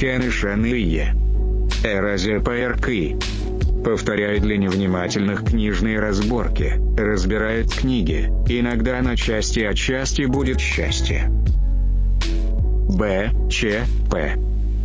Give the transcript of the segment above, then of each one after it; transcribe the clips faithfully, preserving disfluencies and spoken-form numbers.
Кенышаные. Эразия ПРК. Повторяет для невнимательных книжные разборки, разбирает книги, иногда на части, а части будет счастье. Б. Ч. П.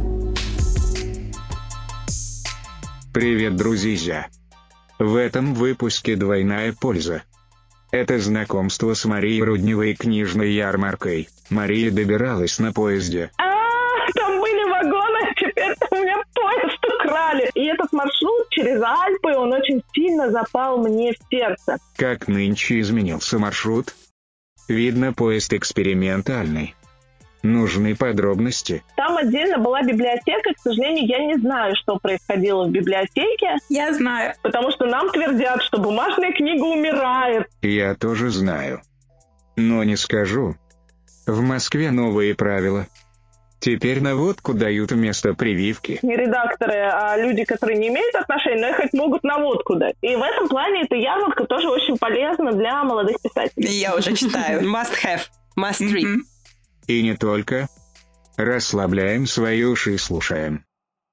Привет, друзья! В этом выпуске двойная польза. Это знакомство с Марией Рудневой книжной ярмаркой. Мария добиралась на поезде. А, там были вагоны, теперь у меня поезд украли. И этот маршрут через Альпы, он очень сильно запал мне в сердце. Как нынче изменился маршрут? Видно, поезд экспериментальный. Нужны подробности. Там отдельно была библиотека, к сожалению, я не знаю, что происходило в библиотеке. Я знаю. Потому что нам твердят, что бумажная книга умирает. Я тоже знаю. Но не скажу. В Москве новые правила. Теперь на водку дают вместо прививки. Не редакторы, а люди, которые не имеют отношения, но их хоть могут на водку дать. И в этом плане эта ярмарка тоже очень полезна для молодых писателей. Я уже читаю. Must have. Must read. И не только. Расслабляем свои уши и слушаем.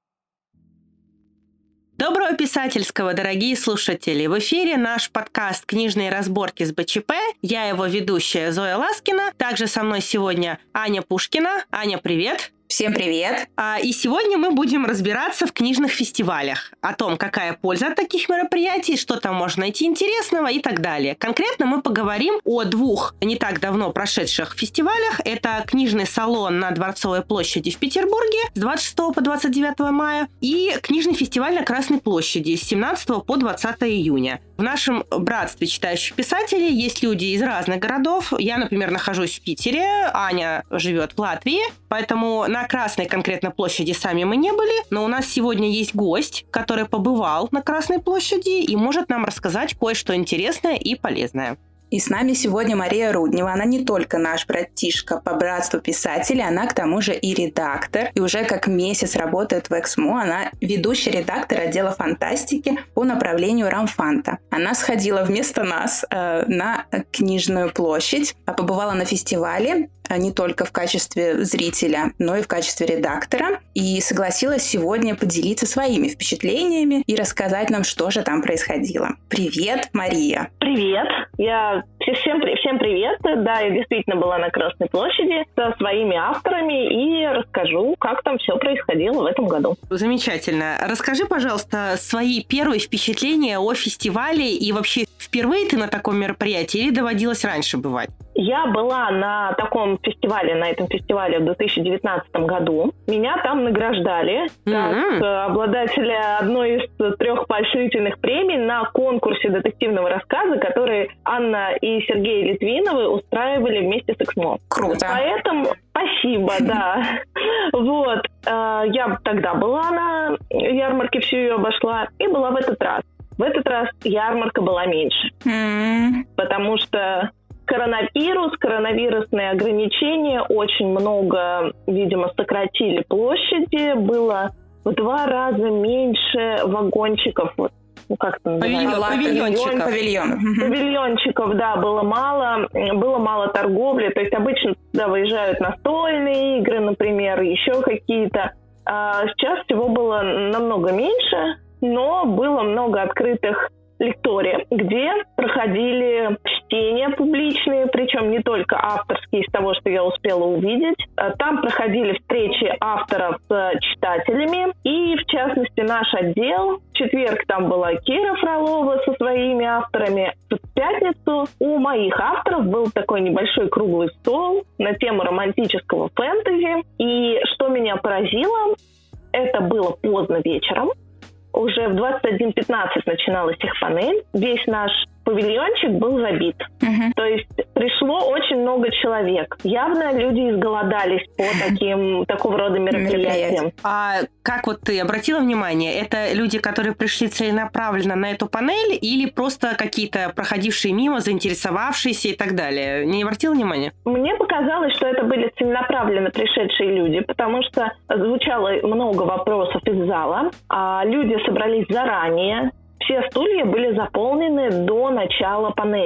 Доброго писательского, дорогие слушатели! В эфире наш подкаст «Книжные разборки» с БЧП. Я его ведущая Зоя Ласкина. Также со мной сегодня Аня Пушкина. Аня, привет! Всем привет! А, и сегодня мы будем разбираться в книжных фестивалях, о том, какая польза от таких мероприятий, что там можно найти интересного и так далее. Конкретно мы поговорим о двух не так давно прошедших фестивалях. Это книжный салон на Дворцовой площади в Петербурге с двадцать шестого по двадцать девятое мая и книжный фестиваль на Красной площади с семнадцатого по двадцатое июня. В нашем братстве читающих писателей есть люди из разных городов. Я, например, нахожусь в Питере, Аня живет в Латвии, поэтому на Красной конкретно площади сами мы не были, но у нас сегодня есть гость, который побывал на Красной площади и может нам рассказать кое-что интересное и полезное. И с нами сегодня Мария Руднева. Она не только наш братишка по братству писателей, она к тому же и редактор. И уже как месяц работает в Эксмо. Она ведущий редактор отдела фантастики по направлению Рамфанта. Она сходила вместо нас э, на Книжную площадь, побывала на фестивале, не только в качестве зрителя, но и в качестве редактора. И согласилась сегодня поделиться своими впечатлениями и рассказать нам, что же там происходило. Привет, Мария! Привет! Я всем, всем привет! Да, я действительно была на Красной площади со своими авторами и расскажу, как там все происходило в этом году. Замечательно. Расскажи, пожалуйста, свои первые впечатления о фестивале и вообще впервые ты на таком мероприятии или доводилось раньше бывать? Я была на таком фестивале, на этом фестивале в две тысячи девятнадцатом году. Меня там награждали как mm-hmm. обладателя одной из трех поощрительных премий на конкурсе детективного рассказа, который Анна и Сергей Литвиновы устраивали вместе с Эксмо. Круто. Поэтому спасибо, да. Вот. Я тогда была на ярмарке, всю ее обошла, и была в этот раз. В этот раз ярмарка была меньше. Mm-hmm. Потому что коронавирус, коронавирусные ограничения, очень много, видимо, сократили площади, было в два раза меньше вагончиков, вот, ну как это называется? Павильончиков. Павильон. Павильончиков, да, было мало, было мало торговли, то есть обычно туда выезжают настольные игры, например, еще какие-то. А сейчас всего было намного меньше, но было много открытых лекторий, где проходили чтения публичные, причем не только авторские, из того, что я успела увидеть. Там проходили встречи авторов с читателями, и, в частности, наш отдел. В четверг там была Кира Фролова со своими авторами. В пятницу у моих авторов был такой небольшой круглый стол на тему романтического фэнтези. И что меня поразило, это было поздно вечером. Уже в двадцать один пятнадцать начиналась их панель. Весь наш павильончик был забит. Uh-huh. То есть пришло очень много человек. Явно люди изголодались по таким, такого рода мероприятиям. А как вот ты обратила внимание, это люди, которые пришли целенаправленно на эту панель или просто какие-то проходившие мимо, заинтересовавшиеся и так далее? Не обратила внимания? Мне показалось, что это были целенаправленно пришедшие люди, потому что звучало много вопросов из зала, а люди собрались заранее. Все стулья были заполнены до начала панели.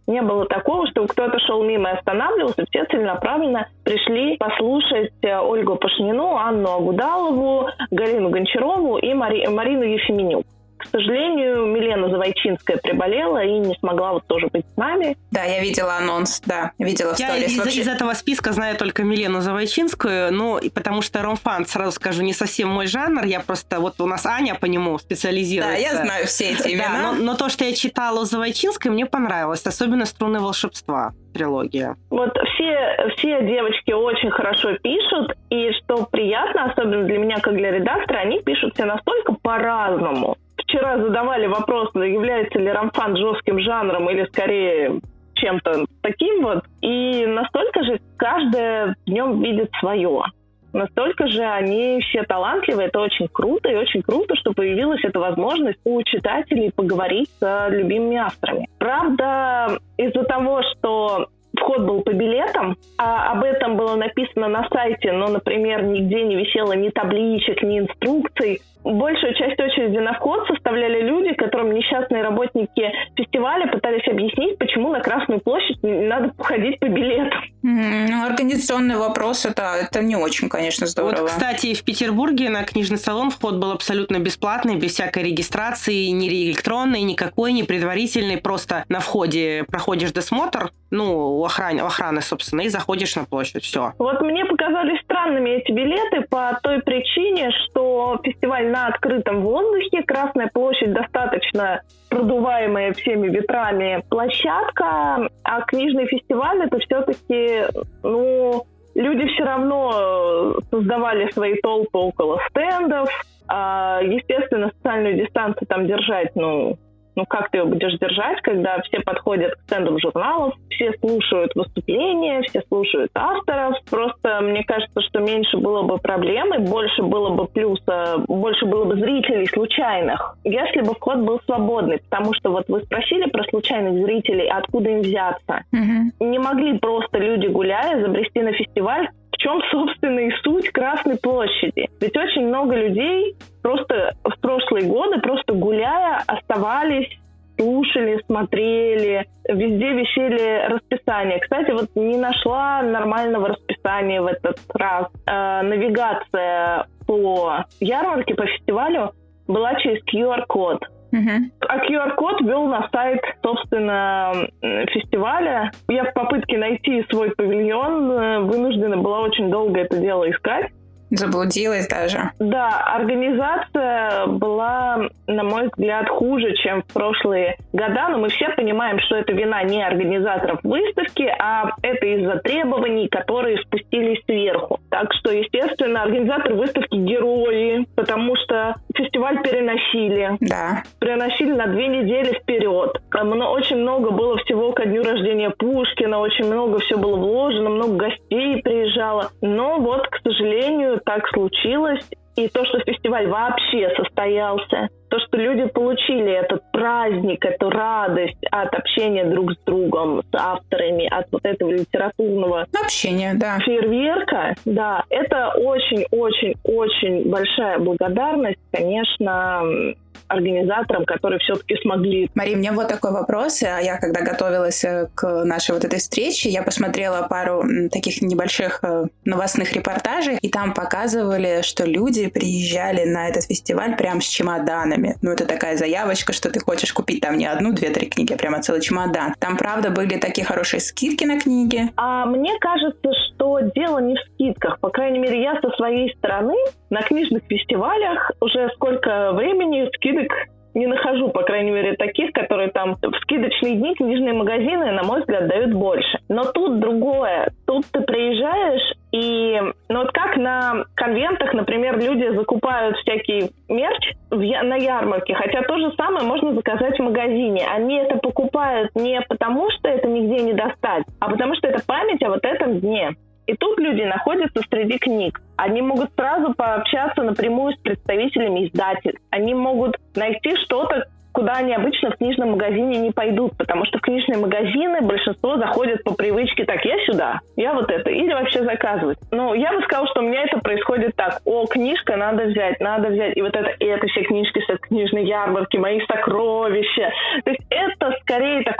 Не было такого, что кто-то шел мимо и останавливался, все целенаправленно пришли послушать Ольгу Пашнину, Анну Агудалову, Галину Гончарову и Мари... Марину Ефименюк. К сожалению, Милена Завойчинская приболела и не смогла вот тоже быть с нами. Да, я видела анонс, да, видела в Я сторис. из, Вообще... из этого списка знаю только Милену Завойчинскую, ну, и потому что ромфан, сразу скажу, не совсем мой жанр, я просто, вот у нас Аня по нему специализируется. Да, я знаю все эти имена. Да, но, но то, что я читала у Завойчинской, мне понравилось, особенно «Струны волшебства». Трилогия. Вот все, все девочки очень хорошо пишут, и что приятно, особенно для меня, как для редактора, они пишут все настолько по-разному. Вчера задавали вопрос, является ли ромфан жестким жанром или скорее чем-то таким вот, и настолько же каждая в нем видит свое. Настолько же они все талантливые, это очень круто, и очень круто, что появилась эта возможность у читателей поговорить с любимыми авторами. Правда, из-за того, что вход был по билетам, а об этом было написано на сайте, но, например, нигде не висело ни табличек, ни инструкций, большую часть очереди на вход составляли люди, которым несчастные работники фестиваля пытались объяснить, почему на Красную площадь надо ходить по билетам. Mm, ну, организационный вопрос, это, это не очень, конечно, здорово. Вот, кстати, в Петербурге на книжный салон вход был абсолютно бесплатный, без всякой регистрации, ни электронной, никакой, ни предварительной. Просто на входе проходишь досмотр, ну, у охраны, у охраны, собственно, и заходишь на площадь. Все. Вот мне показались странными эти билеты по той причине, что фестиваль на открытом воздухе, Красная площадь достаточно продуваемая всеми ветрами площадка, а книжный фестиваль это все-таки, ну, люди все равно создавали свои толпы около стендов, а, естественно, социальную дистанцию там держать, ну, Ну, как ты ее будешь держать, когда все подходят к стендам журналов, все слушают выступления, все слушают авторов. Просто мне кажется, что меньше было бы проблем и больше было бы плюса, больше было бы зрителей случайных, если бы вход был свободный. Потому что вот вы спросили про случайных зрителей, откуда им взяться. Mm-hmm. Не могли просто люди, гуляя, забрести на фестиваль. В чем, собственно, и суть Красной площади? Ведь очень много людей просто в прошлые годы, просто гуляя, оставались, слушали, смотрели, везде висели расписания. Кстати, вот не нашла нормального расписания в этот раз. Э, навигация по ярмарке, по фестивалю была через ку ар-код. Uh-huh. А ку ар-код вел на сайт, собственно, фестиваля. Я в попытке найти свой павильон вынуждена была очень долго это дело искать. Заблудилась даже. Да, организация была, на мой взгляд, хуже, чем в прошлые года, но мы все понимаем, что это вина не организаторов выставки, а это из-за требований, которые спустились сверху. Так что, естественно, организаторы выставки герои, потому что фестиваль переносили. Да. Переносили на две недели вперед. Очень много было всего ко дню рождения Пушкина, очень много все было вложено, много гостей приезжало. Но вот, к сожалению, так случилось. И то, что фестиваль вообще состоялся, то, что люди получили этот праздник, эту радость от общения друг с другом, с авторами, от вот этого литературного общения, да. фейерверка, да, это очень-очень-очень большая благодарность, конечно, организаторам, которые все-таки смогли. Мария, у меня вот такой вопрос. Я, когда готовилась к нашей вот этой встрече, я посмотрела пару таких небольших новостных репортажей, и там показывали, что люди приезжали на этот фестиваль прям с чемоданами. Ну, это такая заявочка, что ты хочешь купить там не одну, две-три книги, а прямо целый чемодан. Там, правда, были такие хорошие скидки на книги? А мне кажется, что дело не в скидках. По крайней мере, я со своей стороны на книжных фестивалях уже сколько времени скидок не нахожу, по крайней мере, таких, которые там в скидочные дни книжные магазины, на мой взгляд, дают больше. Но тут другое. Тут ты приезжаешь и... Ну вот как на конвентах, например, люди закупают всякий мерч в, на ярмарке, хотя то же самое можно заказать в магазине. Они это покупают не потому, что это нигде не достать, а потому что это память о вот этом дне. И тут люди находятся среди книг. Они могут сразу пообщаться напрямую с представителями издателей. Они могут найти что-то, куда они обычно в книжном магазине не пойдут, потому что в книжные магазины большинство заходят по привычке: так, я сюда, я вот это, или вообще заказывать. Но я бы сказала, что у меня это происходит так: о, книжка, надо взять, надо взять, и вот это, и это все книжки с книжной ярмарки, мои сокровища. То есть это скорее такое событие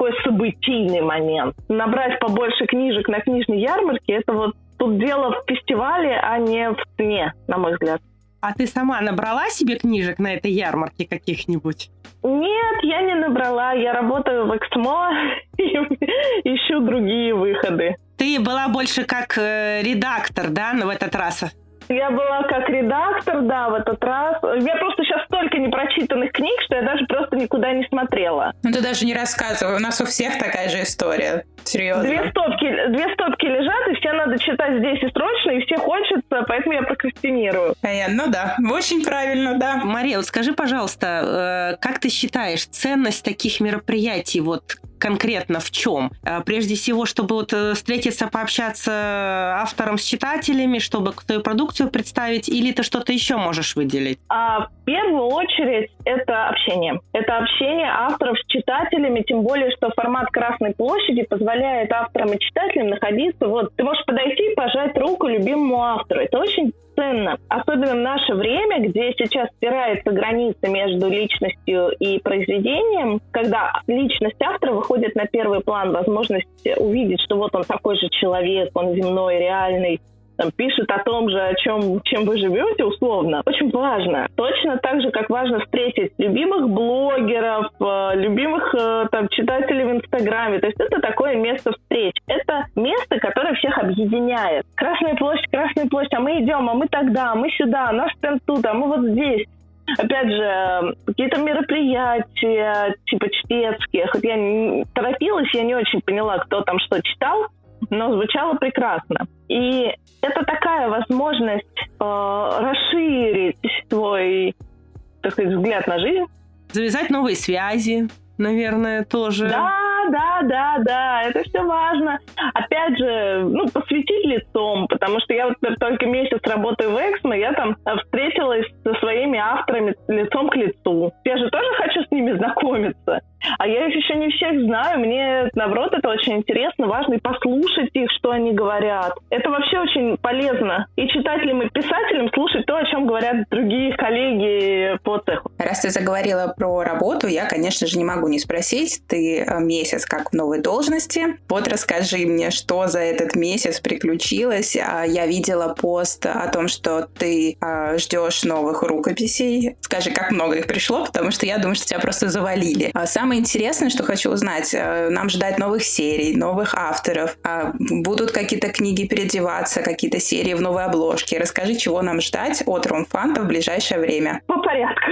событийный момент. Набрать побольше книжек на книжной ярмарке, это вот тут дело в фестивале, а не в цене, на мой взгляд. А ты сама набрала себе книжек на этой ярмарке каких-нибудь? Нет, я не набрала. Я работаю в Эксмо и ищу другие выходы. Ты была больше как э, редактор, да, в этот раз? Я была как редактор, да, в этот раз. Я просто сейчас столько непрочитанных книг, что я даже просто никуда не смотрела. Ну ты даже не рассказывай, у нас у всех такая же история. Серьезно. Две стопки, две стопки лежат, и все надо читать здесь и срочно, и все хочется, поэтому я прокрастинирую. Ну да, очень правильно, да. Мария, вот скажи, пожалуйста, как ты считаешь, ценность таких мероприятий вот конкретно в чем? Прежде всего, чтобы вот встретиться, пообщаться автором с читателями, чтобы твою продукцию представить, или ты что-то еще можешь выделить? А, в первую очередь это общение. Это общение авторов с читателями, тем более, что формат Красной площади позволяет авторам и читателям находиться. Вот ты можешь подойти и пожать руку любимому автору. Это очень ценно. Особенно в наше время, где сейчас стирается граница между личностью и произведением, когда личность автора выходит на первый план, возможность увидеть, что вот он такой же человек, он земной, реальный, там, пишет о том же, о чем, чем вы живете, условно, очень важно. Точно так же, как важно встретить любимых блогеров, любимых там, читателей в Инстаграме. То есть это такое место встреч. Это место, которое всех объединяет. Красная площадь, Красная площадь, а мы идем, а мы тогда, а мы сюда, наш стенд тут, а мы вот здесь. Опять же, какие-то мероприятия, типа чтецкие. Хоть я не торопилась, я не очень поняла, кто там что читал, но звучало прекрасно. И это такая возможность э, расширить свой, так сказать, взгляд на жизнь. Завязать новые связи, наверное, тоже. Да, да, да, да, это все важно. Опять же, ну, посвятить лицом, потому что я вот только месяц работаю в Эксмо, я там встретилась со своими авторами лицом к лицу. Я же тоже хочу с ними знакомиться. А я их еще не всех знаю, мне, наоборот, это очень интересно, важно и послушать их, что они говорят. Это вообще очень полезно и читателям, и писателям слушать то, о чем говорят другие коллеги по цеху. Раз ты заговорила про работу, я, конечно же, не могу не спросить. Ты месяц как в новой должности. Вот расскажи мне, что за этот месяц приключилось. Я видела пост о том, что ты ждешь новых рукописей. Скажи, как много их пришло, потому что я думаю, что тебя просто завалили. Самое интересное, что хочу узнать, нам ждать новых серий, новых авторов. Будут какие-то книги переодеваться, какие-то серии в новой обложке. Расскажи, чего нам ждать от Рунфанда в ближайшее время. По порядку.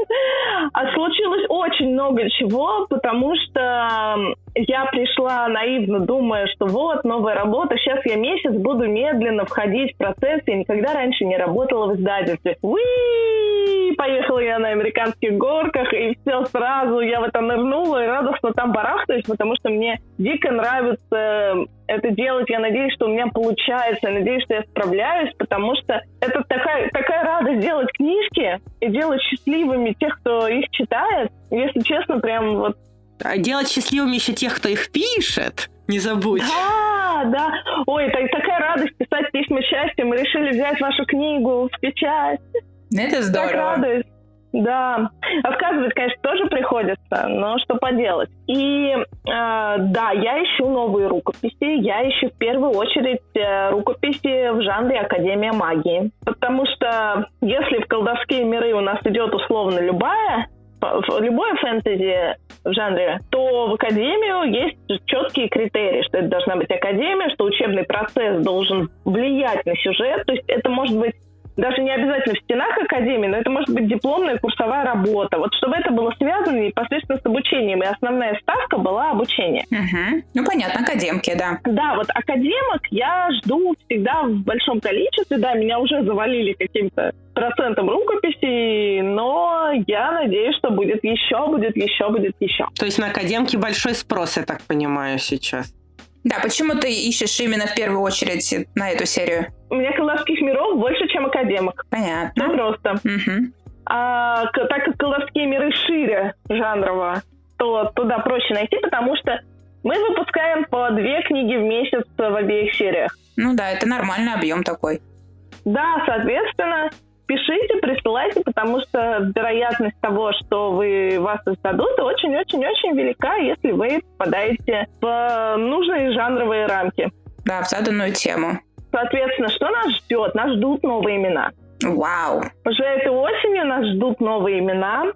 А случилось очень много чего, потому что я пришла наивно, думая, что вот, новая работа, сейчас я месяц буду медленно входить в процесс. Я никогда раньше не работала в издательстве. Уи! Поехала я на американских горках, и все сразу я в это нырнула и радостно там барахтаюсь, потому что мне дико нравится это делать. Я надеюсь, что у меня получается, я надеюсь, что я справляюсь, потому что это такая, такая радость делать книжки и делать счастливыми тех, кто их читает. Если честно, прям вот... А делать счастливыми еще тех, кто их пишет, не забудь. Да, да. Ой, так, такая радость писать письма счастья. Мы решили взять вашу книгу в печать. Это здорово. Так радуюсь. Да. Рассказывать, конечно, тоже приходится, но что поделать. И э, да, я ищу новые рукописи. Я ищу в первую очередь э, рукописи в жанре Академия магии. Потому что если в колдовские миры у нас идет условно любая, любое фэнтези в жанре, то в академию есть четкие критерии, что это должна быть академия, что учебный процесс должен влиять на сюжет. То есть это может быть даже не обязательно в стенах академии, но это может быть дипломная курсовая работа. Вот чтобы это было связано непосредственно с обучением, и основная ставка была обучение. Угу. Ну, понятно, академки, да. Да, вот академок я жду всегда в большом количестве. Да, меня уже завалили каким-то процентом рукописей, но я надеюсь, что будет еще, будет еще, будет еще. То есть на академки большой спрос, я так понимаю, сейчас. Да, почему ты ищешь именно в первую очередь на эту серию? У меня колдовских миров больше, чем академок. Понятно. Все просто. Угу. А, так как колдовские миры шире жанрово, то туда проще найти, потому что мы выпускаем по две книги в месяц в обеих сериях. Ну да, это нормальный объем такой. Да, соответственно, пишите, присылайте, потому что вероятность того, что вы вас издадут, очень-очень-очень велика, если вы попадаете в нужные жанровые рамки. Да, в заданную тему. Соответственно, что нас ждет? Нас ждут новые имена. Вау! Уже этой осенью нас ждут новые имена,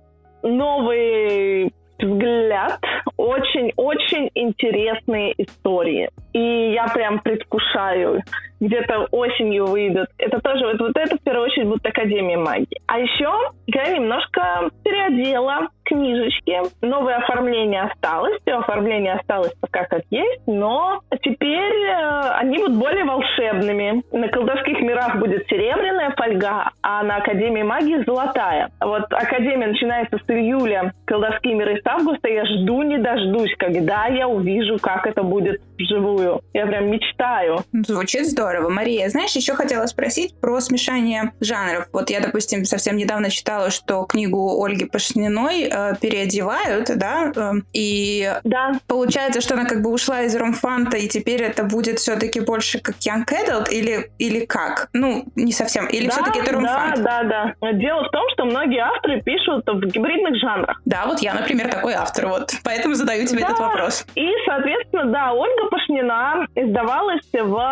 новый взгляд, очень-очень интересные истории. И я прям предвкушаю, где-то осенью выйдут. Это тоже, вот, вот это в первую очередь будет Академия магии. А еще я немножко переодела книжечки. Новое оформление осталось, все оформление осталось пока как есть, но теперь э, они будут более волшебными. На колдовских мирах будет серебряная фольга, а на Академии магии золотая. Вот Академия начинается с июля, колдовские миры с августа. Я жду не дождусь, когда я увижу, как это будет вживую. Я прям мечтаю. Звучит здорово. Мария, знаешь, еще хотела спросить про смешание жанров. Вот я, допустим, совсем недавно читала, что книгу Ольги Пашниной э, переодевают, да, э, и да. Получается, что она как бы ушла из ромфанта, и теперь это будет все-таки больше как young adult, или, или как? Ну, не совсем. Или да, все-таки это ромфант? Да, да, да. Дело в том, что многие авторы пишут в гибридных жанрах. Да, вот я, например, такой автор, вот. Поэтому задаю тебе да. этот вопрос. И, соответственно, да, Ольга Пашнина издавалась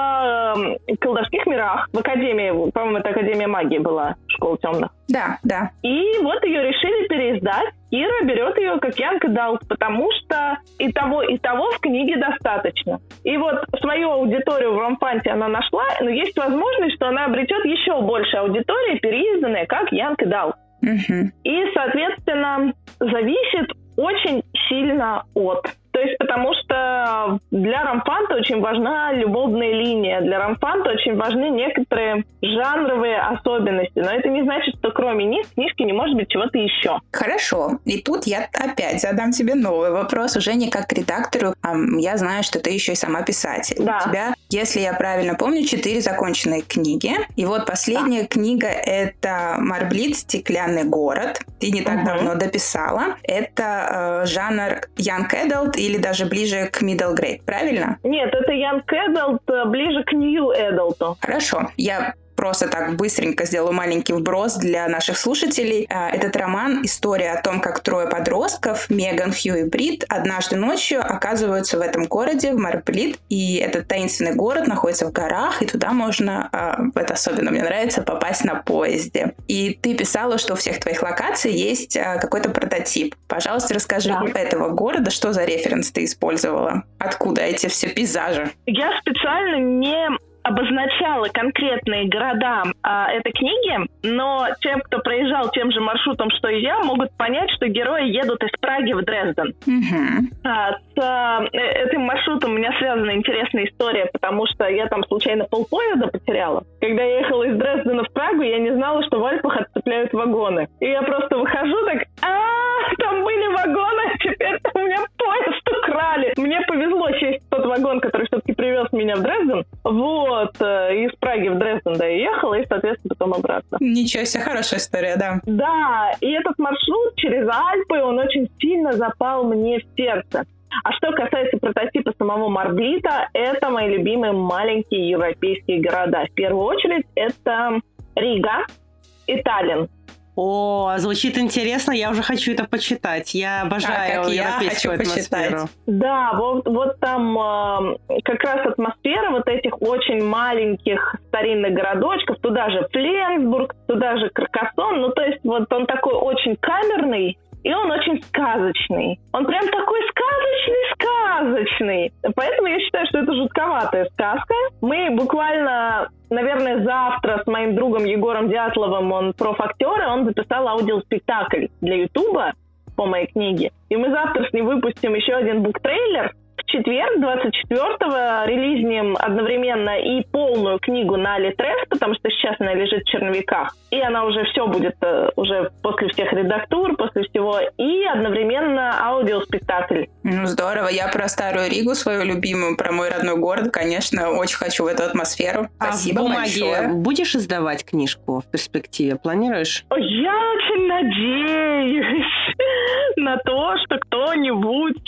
в э, колдовских мирах, в Академии, по-моему, это Академия магии была, Школа темных. Да, да. И вот ее решили переиздать. Кира берет ее как young adult, потому что и того, и того в книге достаточно. И вот свою аудиторию в ромфанте она нашла, но есть возможность, что она обретет еще больше аудитории, переизданной как young adult. Угу. И, соответственно, зависит очень сильно от. То есть потому что для ромфанта очень важна любовная линия, для ромфанта очень важны некоторые жанровые особенности, но это не значит, что кроме них в книжке не может быть чего-то еще. Хорошо. И тут я опять задам тебе новый вопрос, уже не как редактору, а я знаю, что ты еще и сама писатель. Да. У тебя, если я правильно помню, четыре законченные книги. И вот последняя да. книга — это «Марблит. Стеклянный город». Ты не так угу. давно дописала. Это э, жанр young adult или даже ближе к middle grade, правильно? Нет, это young adult, ближе к new adult. Хорошо. Я просто так быстренько сделаю маленький вброс для наших слушателей. Этот роман — история о том, как трое подростков, Меган, Хью и Брит, однажды ночью оказываются в этом городе, в Марблит, и этот таинственный город находится в горах, и туда можно, это особенно мне нравится, попасть на поезде. И ты писала, что у всех твоих локаций есть какой-то прототип. Пожалуйста, расскажи да. этого города, что за референс ты использовала? Откуда эти все пейзажи? Я специально не обозначала конкретные города а, этой книги, но тем, кто проезжал тем же маршрутом, что и я, могут понять, что герои едут из Праги в Дрезден. Mm-hmm. А, с а, этим маршрутом у меня связана интересная история, потому что я там случайно полпоезда потеряла. Когда я ехала из Дрездена в Прагу, я не знала, что в Альпах отцепляют вагоны. И я просто выхожу так, а там были вагоны, теперь у меня поезд украли. Мне повезло сесть в тот вагон, который все-таки привез меня в Дрезден. Вот. Из Праги в Дрезден, да, и ехала, и, соответственно, потом обратно. Ничего себе, хорошая история, да. Да, и этот маршрут через Альпы, он очень сильно запал мне в сердце. А что касается прототипа самого Марблита, это мои любимые маленькие европейские города. В первую очередь, это Рига и Таллин. О, звучит интересно, я уже хочу это почитать. Я обожаю а, европейскую я атмосферу. Почитать. Да, вот, вот там э, как раз атмосфера вот этих очень маленьких старинных городочков, туда же Фленсбург, туда же Каркасон, ну то есть вот он такой очень камерный, и он очень сказочный. Он прям такой сказочный-сказочный. Поэтому я считаю, что это жутковатая сказка. Мы буквально, наверное, завтра с моим другом Егором Дятловым, он профактер, и он записал аудиоспектакль для Ютуба по моей книге. И мы завтра с ним выпустим еще один буктрейлер. В четверг, двадцать четвёртого, релизнем одновременно и полную книгу на Литрес, потому что сейчас она лежит в черновиках. И она уже все будет, уже после всех редактур, после всего. И одновременно аудиоспектакль. Ну, здорово. Я про Старую Ригу, свою любимую, про мой родной город, конечно, очень хочу в эту атмосферу. А Спасибо в бумаге большое. Будешь издавать книжку в перспективе? Планируешь? Я очень надеюсь на то, что кто-нибудь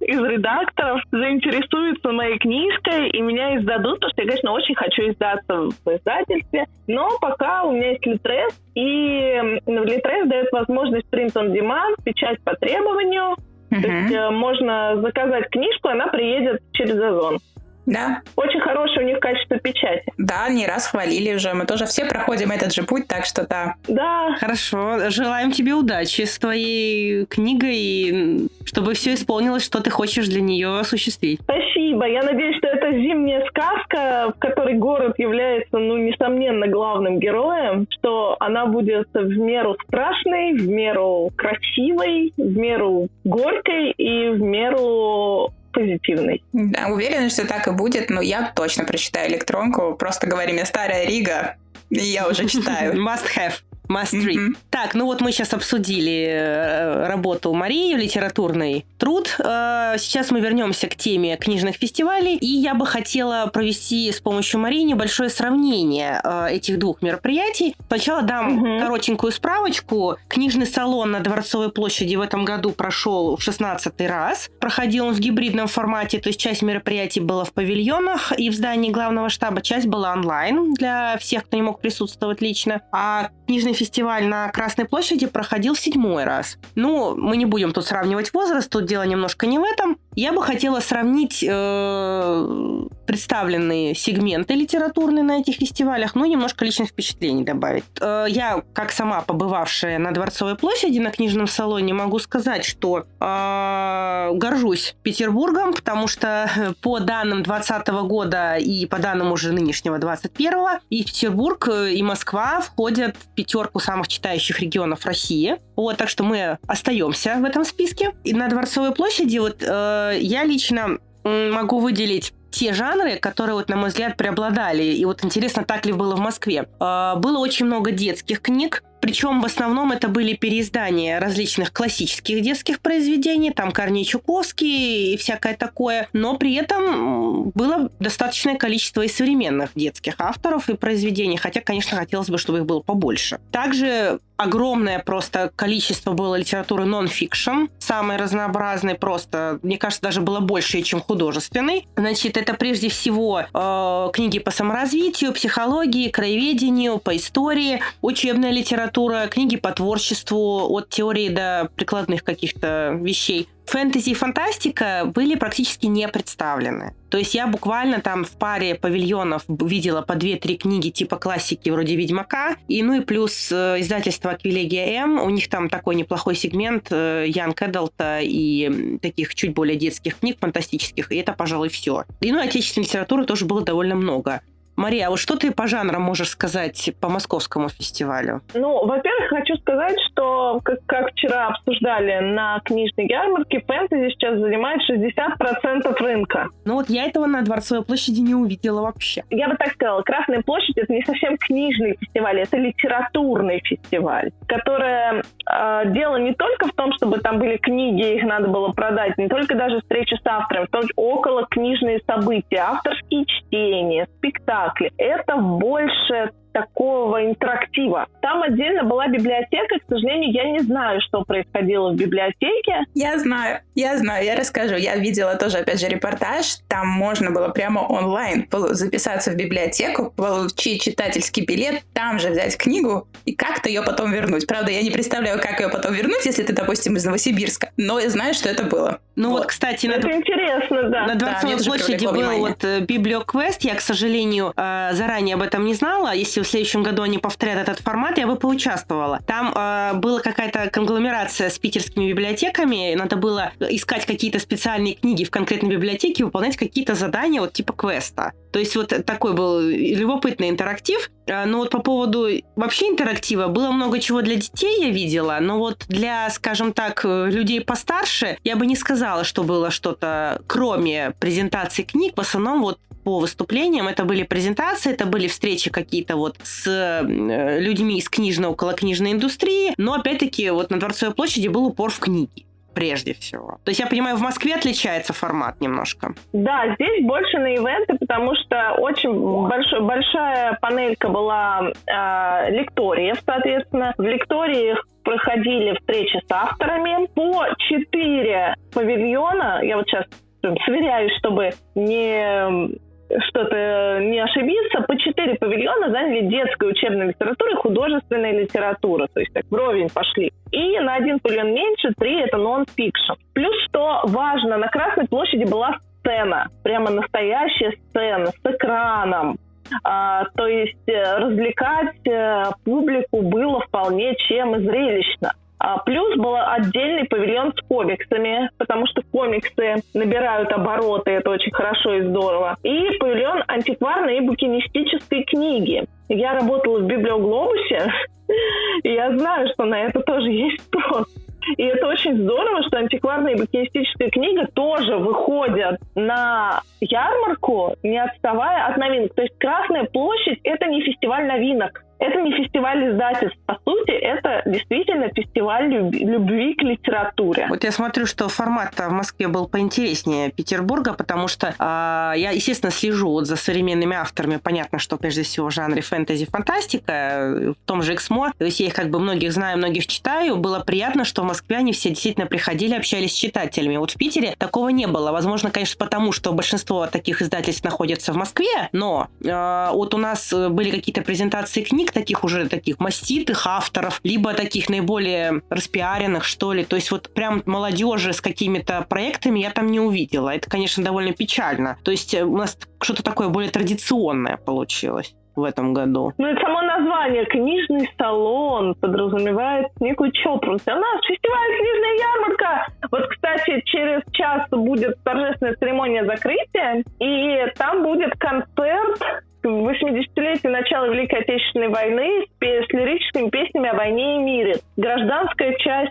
из редакторов заинтересуются моей книжкой и меня издадут, потому что я, конечно, очень хочу издаться в издательстве, но пока у меня есть Литрес, и Литрес дает возможность print on demand, печать по требованию, uh-huh. то есть э, можно заказать книжку, она приедет через Озон. Да. Очень хорошее у них качество печати. Да, не раз хвалили уже. Мы тоже все проходим этот же путь, так что да. Да. Хорошо. Желаем тебе удачи с твоей книгой, и чтобы все исполнилось, что ты хочешь для нее осуществить. Спасибо. Я надеюсь, что это зимняя сказка, в которой город является, ну, несомненно, главным героем, что она будет в меру страшной, в меру красивой, в меру горькой и в меру позитивный. Да, уверена, что так и будет, но я точно прочитаю электронку. Просто говори мне «Старая Рига», и я уже читаю. Must have. Must read. Mm-hmm. Так, ну вот мы сейчас обсудили э, работу Марии, литературный труд. Э, сейчас мы вернемся к теме книжных фестивалей. И я бы хотела провести с помощью Марии небольшое сравнение э, этих двух мероприятий. Сначала дам mm-hmm. коротенькую справочку. Книжный салон на Дворцовой площади в этом году прошел в шестнадцатый раз. Проходил он в гибридном формате, то есть часть мероприятий была в павильонах и в здании главного штаба, часть была онлайн для всех, кто не мог присутствовать лично. А книжный фестиваль на Красной площади проходил в седьмой раз. Ну, мы не будем тут сравнивать возраст, тут дело немножко не в этом. Я бы хотела сравнить э, представленные сегменты литературные на этих фестивалях, ну, немножко личных впечатлений добавить. Э, я, как сама побывавшая на Дворцовой площади, на книжном салоне, могу сказать, что э, горжусь Петербургом, потому что по данным двадцатого года и по данным уже нынешнего двадцать первого, и Петербург, и Москва входят в пятерку самых читающих регионов России. Вот, так что мы остаемся в этом списке. И на Дворцовой площади вот э, я лично могу выделить те жанры, которые, вот, на мой взгляд, преобладали. И вот интересно, так ли было в Москве. Э, было очень много детских книг, причем в основном это были переиздания различных классических детских произведений, там Корней Чуковский и всякое такое, но при этом было достаточное количество и современных детских авторов и произведений, хотя, конечно, хотелось бы, чтобы их было побольше. Также огромное просто количество было литературы нон-фикшн, самой разнообразной просто, мне кажется, даже было больше, чем художественной. Значит, это прежде всего э, книги по саморазвитию, психологии, краеведению, по истории, учебная литература, книги по творчеству, от теории до прикладных каких-то вещей. Фэнтези и фантастика были практически не представлены. То есть я буквально там в паре павильонов видела по две-три книги типа классики вроде «Ведьмака», и ну и плюс э, издательство «Аквилегия М», у них там такой неплохой сегмент э, Янг Эдалта и таких чуть более детских книг фантастических, и это, пожалуй, все. И ну, отечественной литературы тоже было довольно много. Мария, а вот что ты по жанрам можешь сказать по московскому фестивалю? Ну, во-первых, хочу сказать, что, как, как вчера обсуждали на книжной ярмарке, фэнтези сейчас занимает шестьдесят процентов рынка. Ну вот я этого на Дворцовой площади не увидела вообще. Я бы так сказала, Красная площадь — это не совсем книжный фестиваль, это литературный фестиваль, которое э, дело не только в том, чтобы там были книги, их надо было продать, не только даже встречи с авторами, в том числе около книжные события, авторские чтения, спектакли. Это больше такого интерактива. Там отдельно была библиотека, к сожалению, я не знаю, что происходило в библиотеке. Я знаю, я знаю, я расскажу. Я видела тоже, опять же, репортаж. Там можно было прямо онлайн записаться в библиотеку, получить читательский билет, там же взять книгу и как-то ее потом вернуть. Правда, я не представляю, как ее потом вернуть, если ты, допустим, из Новосибирска. Но я знаю, что это было. Ну вот, вот кстати, это на... интересно, да. На Дворцовой да, площади был вот библиоквест. Я, к сожалению, заранее об этом не знала. Если в следующем году они повторят этот формат, я бы поучаствовала. Там э, была какая-то конгломерация с питерскими библиотеками, надо было искать какие-то специальные книги в конкретной библиотеке, выполнять какие-то задания вот типа квеста. То есть вот такой был любопытный интерактив. Но вот по поводу вообще интерактива было много чего для детей, я видела, но вот для, скажем так, людей постарше я бы не сказала, что было что-то кроме презентации книг. В основном вот по выступлениям это были презентации, это были встречи какие-то вот с людьми из книжной, околокнижной индустрии, но опять-таки вот на Дворцовой площади был упор в книги. прежде всего. То есть, я понимаю, в Москве отличается формат немножко. Да, здесь больше на ивенты, потому что очень большой, большая панелька была э, лекториев, соответственно. В лекториях проходили встречи с авторами. По четыре павильона, я вот сейчас сверяюсь, чтобы не... что-то не ошибиться, по четыре павильона заняли детская учебная литература и художественная литература, то есть так вровень пошли. И на один павильон меньше, три это нон-фикшн. Плюс, что важно, на Красной площади была сцена, прямо настоящая сцена с экраном. А, то есть развлекать а, публику было вполне чем и зрелищно. А плюс был отдельный павильон с комиксами, потому что комиксы набирают обороты, это очень хорошо и здорово. И павильон антикварной и букинистической книги. Я работала в Библиоглобусе, и я знаю, что на это тоже есть спрос. И это очень здорово, что антикварная и букинистическая книга тоже выходят на ярмарку, не отставая от новинок. То есть Красная площадь – это не фестиваль новинок. Это не фестиваль издательств. По сути, это действительно фестиваль люб- любви к литературе. Вот я смотрю, что формат-то в Москве был поинтереснее Петербурга, потому что э, я, естественно, слежу вот за современными авторами. Понятно, что прежде всего в жанре фэнтези-фантастика, в том же Эксмо. То есть я их как бы многих знаю, многих читаю. Было приятно, что в Москве они все действительно приходили, общались с читателями. Вот в Питере такого не было. Возможно, конечно, потому, что большинство таких издательств находится в Москве, но э, вот у нас были какие-то презентации книг, таких уже таких маститых авторов, либо таких наиболее распиаренных, что ли. То есть вот прям молодежи с какими-то проектами я там не увидела. Это, конечно, довольно печально. То есть у нас что-то такое более традиционное получилось в этом году. Ну и само название «Книжный салон» подразумевает некую чопорность. У нас фестиваль «Книжная ярмарка». Вот, кстати, через час будет торжественная церемония закрытия, и там будет концерт восьмидесятилетию начала Великой Отечественной войны с, с лирическими песнями о войне и мире. Гражданская часть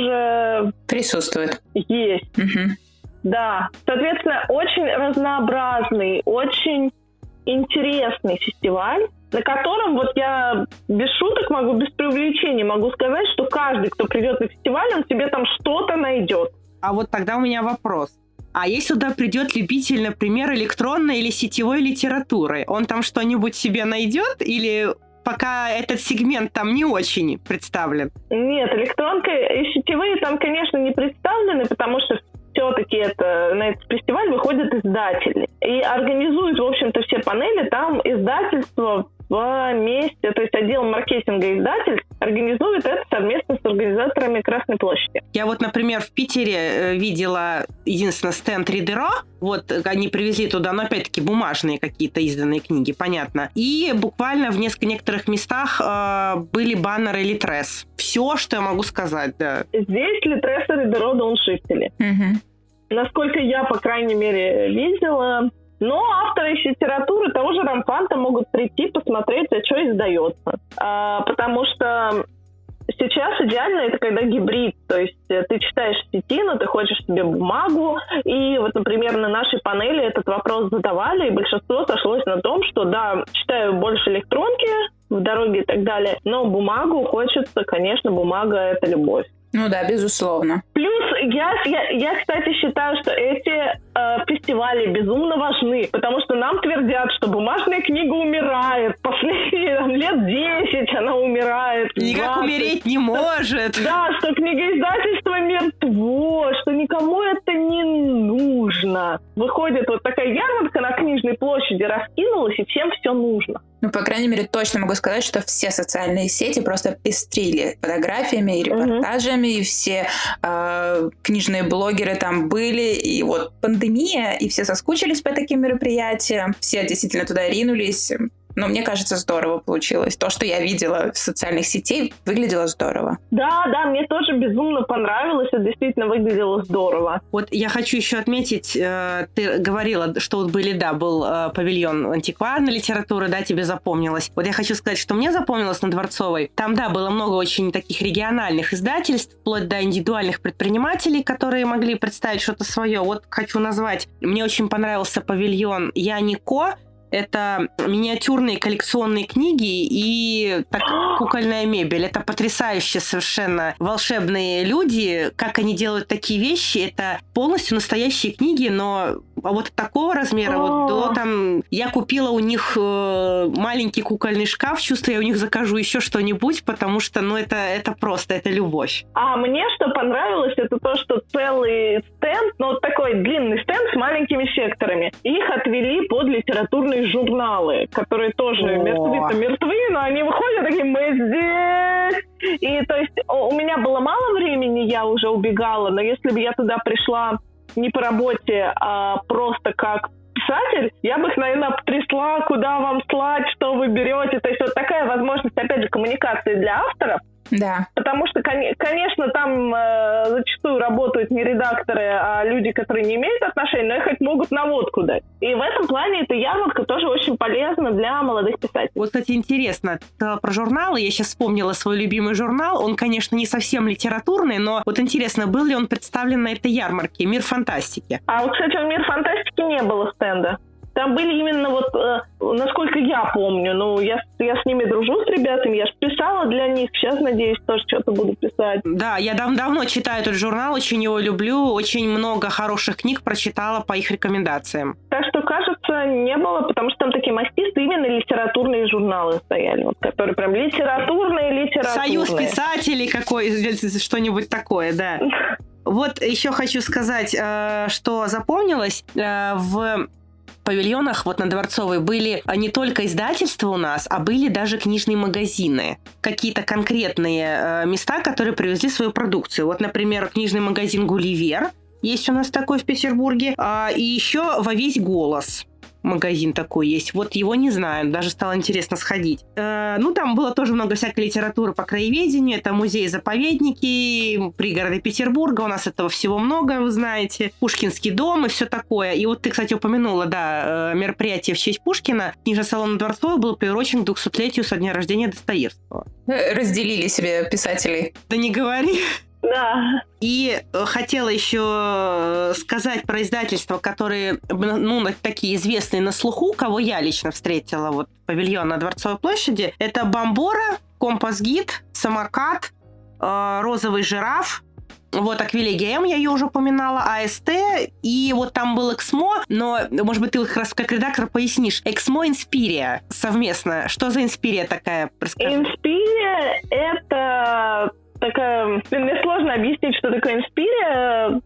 тоже присутствует. Есть. Угу. Да. Соответственно, очень разнообразный, очень интересный фестиваль, на котором вот я без шуток могу, без преувеличения могу сказать, что каждый, кто придет на фестиваль, он себе там что-то найдет. А вот тогда у меня вопрос. А если сюда придет любитель, например, электронной или сетевой литературы, он там что-нибудь себе найдет или пока этот сегмент там не очень представлен? Нет, электронка и сетевые там, конечно, не представлены, потому что все-таки это, на этот фестиваль выходят издатели. И организуют, в общем-то, все панели там издательство вместе, то есть отдел маркетинга издательств организует это совместно с организаторами Красной площади. Я вот, например, в Питере видела единственный стенд Ридеро. Вот они привезли туда, но опять-таки бумажные какие-то изданные книги, понятно. И буквально в нескольких некоторых местах э, были баннеры Литрес. Все, что я могу сказать, да. Здесь Литрес и Ридеро дауншифтили. Угу. Насколько я, по крайней мере, видела. Но авторы из литературы того же Рамфанта могут прийти, посмотреть, а что издается. А, потому что сейчас идеально это когда гибрид. То есть ты читаешь в сети, но ты хочешь себе бумагу. И вот, например, на нашей панели этот вопрос задавали, и большинство сошлось на том, что да, читаю больше электронки в дороге и так далее, но бумагу хочется, конечно, бумага — это любовь. Ну да, безусловно. Плюс я, я, я кстати, считаю, что эти э, фестивали безумно важны, потому что нам твердят, что бумажная книга умирает. Последние там, лет десять она умирает. Никак двадцать умереть не может. Да, что книгоиздательство мертво, что никому это не нужно. Выходит вот такая ярмарка на Книжной площади, раскинулась, и всем все нужно. Ну, по крайней мере, точно могу сказать, что все социальные сети просто пестрили фотографиями и репортажами, mm-hmm. и все э, книжные блогеры там были, и вот пандемия, и все соскучились по таким мероприятиям, все действительно туда ринулись. Но мне кажется, здорово получилось. То, что я видела в социальных сетях, выглядело здорово. Да, да, мне тоже безумно понравилось. Это действительно выглядело здорово. Вот я хочу еще отметить, э, ты говорила, что вот были, да, был э, павильон антикварной литературы, да, тебе запомнилось. Вот я хочу сказать, что мне запомнилось на Дворцовой. Там, да, было много очень таких региональных издательств, вплоть до индивидуальных предпринимателей, которые могли представить что-то свое. Вот хочу назвать. Мне очень понравился павильон «Я Нико». Это миниатюрные коллекционные книги и так, кукольная мебель. Это потрясающие совершенно волшебные люди. Как они делают такие вещи, это полностью настоящие книги, но вот такого размера, вот до там... Я купила у них э, маленький кукольный шкаф, чувствую, я у них закажу еще что-нибудь, потому что, ну, это, это просто, это любовь. А мне что понравилось, это то, что целый стенд, ну, вот такой длинный стенд с маленькими секторами. Их отвели под литературные журналы, которые тоже мертвы-то мертвы, но они выходят такие, мы здесь. И то есть у меня было мало времени, я уже убегала, но если бы я туда пришла не по работе, а просто как писатель, я бы их, наверное, потрясла, куда вам слать, что вы берете. То есть вот такая возможность, опять же, коммуникации для авторов. Да. Потому что, конечно, там э, зачастую работают не редакторы, а люди, которые не имеют отношения, но их хоть могут наводку дать. И в этом плане эта ярмарка тоже очень полезна для молодых писателей. Вот, кстати, интересно, про журналы, я сейчас вспомнила свой любимый журнал, он, конечно, не совсем литературный, но вот интересно, был ли он представлен на этой ярмарке «Мир фантастики»? А вот, кстати, в «Мир фантастики» не было стенда. Там были именно вот, э, насколько я помню, ну, я, я с ними дружу, с ребятами, я же писала для них, сейчас, надеюсь, тоже что-то буду писать. Да, я дав- давно читаю этот журнал, очень его люблю, очень много хороших книг прочитала по их рекомендациям. Так что, кажется, не было, потому что там такие мастисты, именно литературные журналы стояли, вот, которые прям литературные, литературные. Союз писателей какой, что-нибудь такое, да. Вот еще хочу сказать, что запомнилось в... павильонах вот на Дворцовой были не только издательства у нас, а были даже книжные магазины. Какие-то конкретные э, места, которые привезли свою продукцию. Вот, например, книжный магазин «Гулливер» есть у нас такой в Петербурге. А, и еще «Во весь голос». Магазин такой есть. Вот его не знаю, даже стало интересно сходить. Э, ну, там было тоже много всякой литературы по краеведению. Это музеи-заповедники, пригороды Петербурга. У нас этого всего много, вы знаете. Пушкинский дом и все такое. И вот ты, кстати, упомянула, да, мероприятие в честь Пушкина. Книжный салон Дворцовой был приурочен к двухсотлетию со дня рождения Достоевского. Разделили себе писателей. Да не говори. Да. И хотела еще сказать про издательства, которые, ну, такие известные на слуху, кого я лично встретила, вот павильон на Дворцовой площади. Это «Бомбора», «Компас-гид», «Самокат», «Розовый жираф». Вот, «Аквилегия М», я ее уже упоминала, АСТ, и вот там был «Эксмо», но, может быть, ты как раз как редактор пояснишь. «Эксмо» «Инспирия» совместно. Что за «Инспирия» такая? Расскажи. «Инспирия» — это... такая... Мне сложно объяснить, что такое «Инспирия».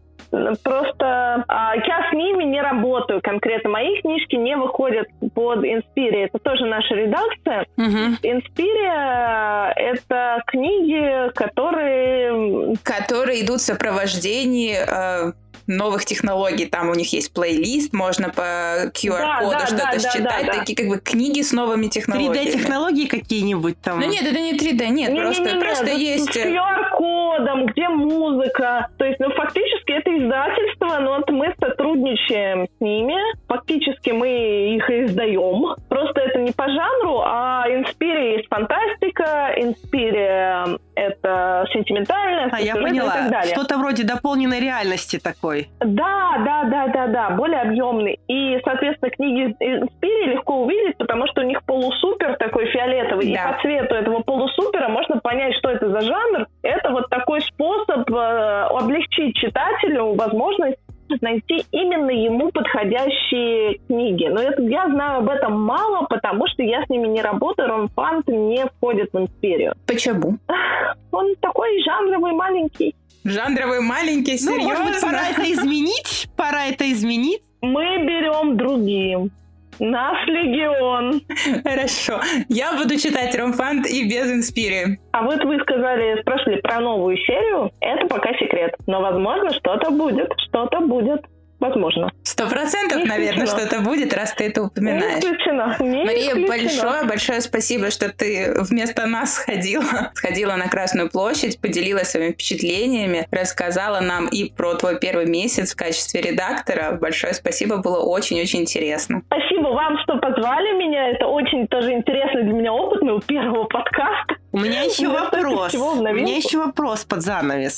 Просто а, я с ними не работаю конкретно. Мои книжки не выходят под «Инспирия». Это тоже наша редакция. Угу. «Инспирия» — это книги, которые... Которые идут в сопровождении... Э... новых технологий, там у них есть плейлист, можно по ку ар-коду да, да, что-то да, считать, да, да, такие как бы книги с новыми технологиями. три дэ-технологии какие-нибудь там? Ну нет, это не три дэ, нет, не, просто, не, не, просто нет, есть... С ку ар-кодом, где музыка, то есть, ну, фактически это издательство, но вот мы сотрудничаем с ними, фактически мы их издаем, просто это не по жанру, а «Инспирия» есть фантастика, «Инспирия» это сентиментальная, а, я поняла. И так далее. Что-то вроде дополненной реальности такой. Да, да, да, да, да, более объемный. И, соответственно, книги «Инспирии» легко увидеть, потому что у них полусупер такой фиолетовый. Да. И по цвету этого полусупера можно понять, что это за жанр. Это вот такой способ э, облегчить читателю возможность найти именно ему подходящие книги. Но это, я знаю об этом мало, потому что я с ними не работаю. Ромфант не входит в «Инспирию». Почему? Он такой жанровый, маленький. Жанровый, маленький, серьезно? Ну, может быть, пора это изменить? Пора это изменить? Мы берем другим. Наш легион. Хорошо. Я буду читать «Ромфант» и без «Инспирии». А вот вы сказали, спрашивали про новую серию. Это пока секрет. Но, возможно, что-то будет. Что-то будет. Возможно. Сто процентов, наверное, что-то будет, раз ты это упоминаешь. Не исключено. Не Мария, исключено. большое, большое спасибо, что ты вместо нас сходила. Сходила на Красную площадь, поделилась своими впечатлениями, рассказала нам и про твой первый месяц в качестве редактора. Большое спасибо, было очень-очень интересно. Спасибо вам, что позвали меня. Это очень тоже интересный для меня опыт моего первого подкаста. У меня еще вопрос. У меня еще вопрос под занавес.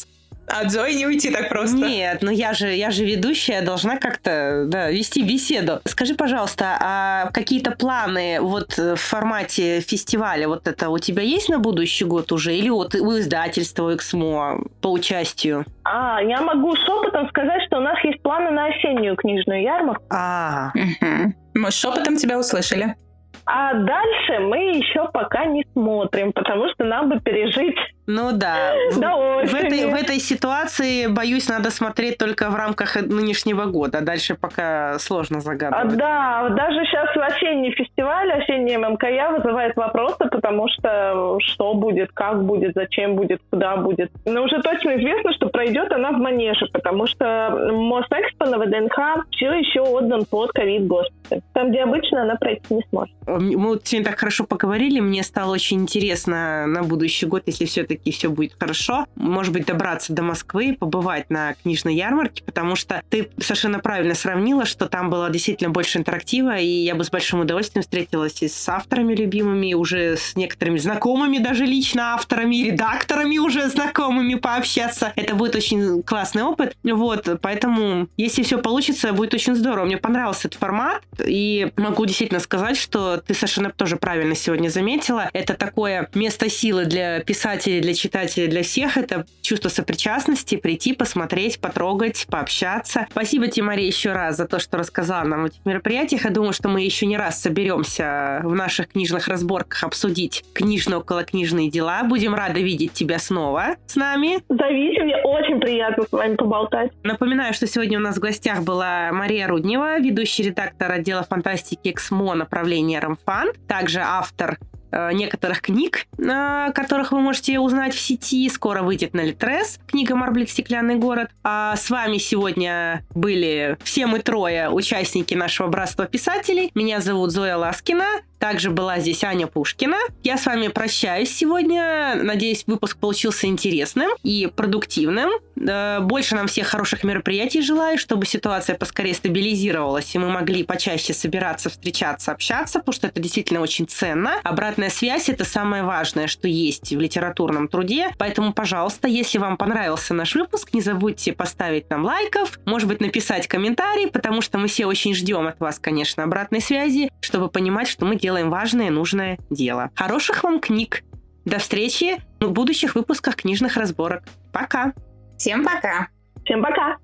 От Зои не уйти так просто. Нет, ну я же, я же ведущая, должна как-то да, вести беседу. Скажи, пожалуйста, а какие-то планы вот в формате фестиваля вот это у тебя есть на будущий год уже? Или вот у издательства, у Эксмо по участию? А, я могу шепотом сказать, что у нас есть планы на осеннюю книжную ярмарку. А, Угу. Мы шепотом тебя услышали. А дальше мы еще пока не смотрим, потому что нам бы пережить ну да. В, до в, этой, осени. в этой ситуации, боюсь, надо смотреть только в рамках нынешнего года. Дальше пока сложно А, загадывать. да, даже сейчас осенний фестиваль, осенний ММКЯ вызывает вопросы, потому что что будет, как будет, зачем будет, куда будет. Но уже точно известно, что пройдет она в Манеже, потому что Мосэкспо на ВДНХ все еще отдан под ковид-госпиталь. Там, где обычно она пройти не сможет. Мы вот сегодня так хорошо поговорили, мне стало очень интересно на будущий год, если все-таки все будет хорошо, может быть, добраться до Москвы, побывать на книжной ярмарке, потому что ты совершенно правильно сравнила, что там было действительно больше интерактива, и я бы с большим удовольствием встретилась и с авторами любимыми, и уже с некоторыми знакомыми даже лично авторами, и редакторами уже знакомыми пообщаться. Это будет очень классный опыт. Вот, поэтому, если все получится, будет очень здорово. Мне понравился этот формат, и могу действительно сказать, что ты совершенно тоже правильно сегодня заметила. Это такое место силы для писателей, для читателей, для всех. Это чувство сопричастности, прийти, посмотреть, потрогать, пообщаться. Спасибо тебе, Мария, еще раз за то, что рассказала нам о этих мероприятиях. Я думаю, что мы еще не раз соберемся в наших книжных разборках обсудить книжно-околокнижные дела. Будем рады видеть тебя снова с нами. Зовите, мне очень приятно с вами поболтать. Напоминаю, что сегодня у нас в гостях была Мария Руднева, ведущий редактор отдела фантастики Эксмо направления Рамфан, также автор некоторых книг, которых вы можете узнать в сети. Скоро выйдет на Литрес книга «Марблик. Стеклянный город». А с вами сегодня были все мы трое участники нашего братства писателей. Меня зовут Зоя Ласкина. Также была здесь Аня Пушкина. Я с вами прощаюсь сегодня. Надеюсь, выпуск получился интересным и продуктивным. Больше нам всех хороших мероприятий желаю, чтобы ситуация поскорее стабилизировалась, и мы могли почаще собираться, встречаться, общаться, потому что это действительно очень ценно. Обратная связь — это самое важное, что есть в литературном труде. Поэтому, пожалуйста, если вам понравился наш выпуск, не забудьте поставить нам лайков, может быть, написать комментарий, потому что мы все очень ждем от вас, конечно, обратной связи, чтобы понимать, что мы делаем важное, нужное дело. Хороших вам книг. До встречи в будущих выпусках книжных разборок. Пока. Всем пока. Всем пока.